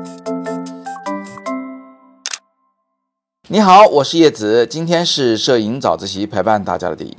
你好，我是叶子，今天是摄影早自习陪伴大家的第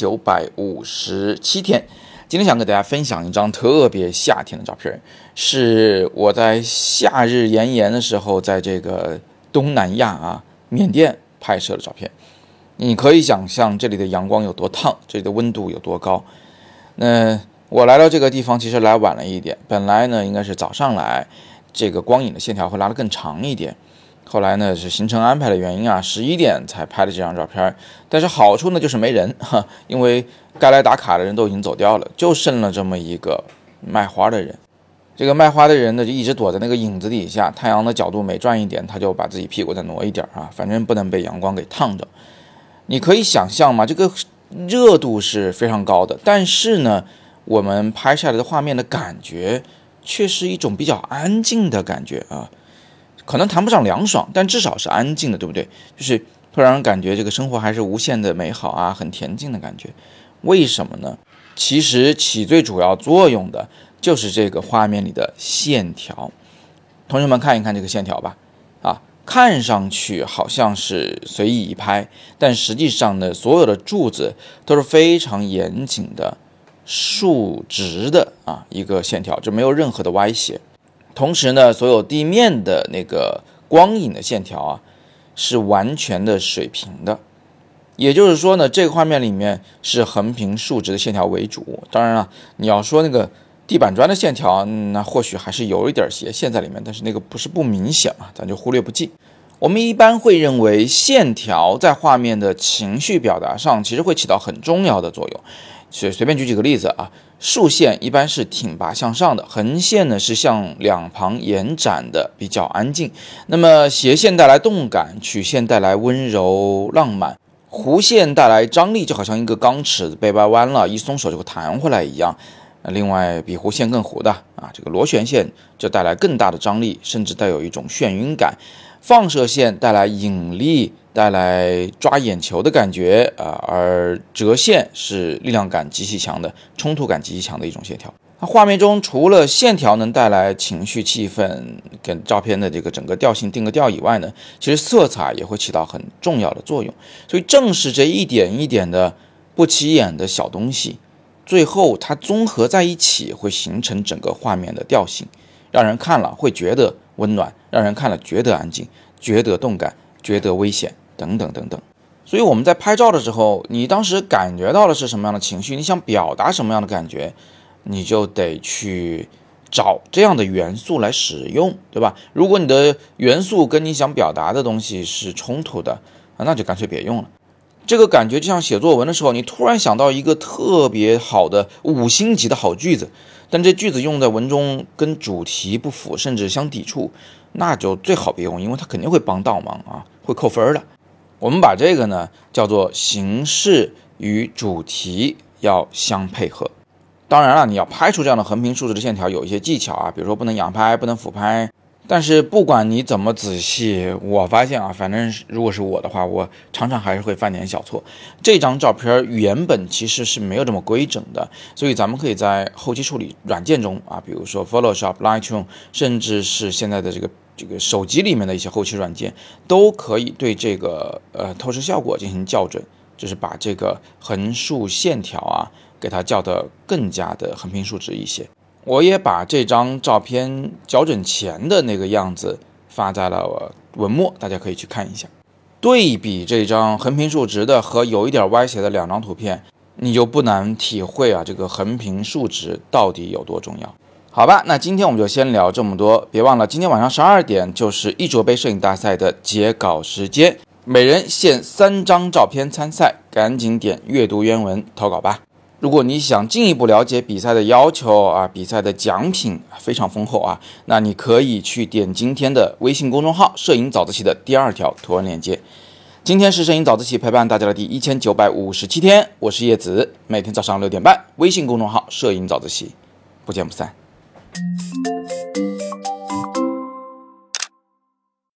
1957天。今天想跟大家分享一张特别夏天的照片，是我在夏日炎炎的时候，在这个东南亚缅甸拍摄的照片。你可以想象这里的阳光有多烫，这里的温度有多高。那我来到这个地方其实来晚了一点，本来呢应该是早上来，这个光影的线条会拉得更长一点。后来呢是行程安排的原因11点才拍的这张照片，但是好处呢就是没人因为该来打卡的人都已经走掉了，就剩了这么一个卖花的人。这个卖花的人呢就一直躲在那个影子底下，太阳的角度每转一点，他就把自己屁股再挪一点反正不能被阳光给烫着。你可以想象嘛，这个热度是非常高的，但是呢我们拍下来的画面的感觉却是一种比较安静的感觉可能谈不上凉爽，但至少是安静的，对不对？就是会让人感觉这个生活还是无限的美好很甜静的感觉。为什么呢？其实起最主要作用的就是这个画面里的线条。同学们看一看这个线条吧，看上去好像是随意一拍，但实际上呢，所有的柱子都是非常严谨的竖直的一个线条，就没有任何的歪斜。同时呢，所有地面的那个光影的线条是完全的水平的，也就是说呢，这个画面里面是横平竖直的线条为主。当然了，你要说那个地板砖的线条，那或许还是有一点斜线在里面，但是那个不是不明显咱就忽略不计。我们一般会认为线条在画面的情绪表达上其实会起到很重要的作用。随便举几个例子竖线一般是挺拔向上的，横线呢是向两旁延展的，比较安静。那么斜线带来动感，曲线带来温柔浪漫，弧线带来张力，就好像一个钢尺被掰弯了，一松手就会弹回来一样。另外比弧线更弧的这个螺旋线就带来更大的张力，甚至带有一种眩晕感。放射线带来引力，带来抓眼球的感觉而折线是力量感极其强的，冲突感极其强的一种线条。画面中除了线条能带来情绪气氛，跟照片的这个整个调性定个调以外呢，其实色彩也会起到很重要的作用。所以正是这一点一点的不起眼的小东西，最后它综合在一起，会形成整个画面的调性，让人看了会觉得温暖，让人看了觉得安静，觉得动感，觉得危险，等等等等。所以我们在拍照的时候，你当时感觉到的是什么样的情绪，你想表达什么样的感觉，你就得去找这样的元素来使用，对吧？如果你的元素跟你想表达的东西是冲突的那就干脆别用了。这个感觉就像写作文的时候，你突然想到一个特别好的5星级的好句子，但这句子用在文中跟主题不符，甚至相抵触，那就最好别用，因为它肯定会帮倒忙会扣分的。我们把这个呢叫做形式与主题要相配合。当然了，你要拍出这样的横平竖直的线条有一些技巧比如说不能仰拍，不能俯拍。但是不管你怎么仔细，我发现反正如果是我的话，我常常还是会犯点小错。这张照片原本其实是没有这么规整的，所以咱们可以在后期处理软件中比如说 Photoshop、Lightroom， 甚至是现在的这个手机里面的一些后期软件，都可以对这个透视效果进行校准，就是把这个横竖线条给它校得更加的横平竖直一些。我也把这张照片校准前的那个样子发在了文末，大家可以去看一下。对比这张横平竖直的和有一点歪斜的两张图片，你就不难体会这个横平竖直到底有多重要。好吧，那今天我们就先聊这么多。别忘了今天晚上12点就是一卓杯摄影大赛的截稿时间，每人限3张照片参赛，赶紧点阅读原文投稿吧。如果你想进一步了解比赛的要求比赛的奖品非常丰厚那你可以去点今天的微信公众号摄影早自习的第2条图文链接。今天是摄影早自习陪伴大家的第1957天，我是叶子，每天早上6点半，微信公众号摄影早自习，不见不散。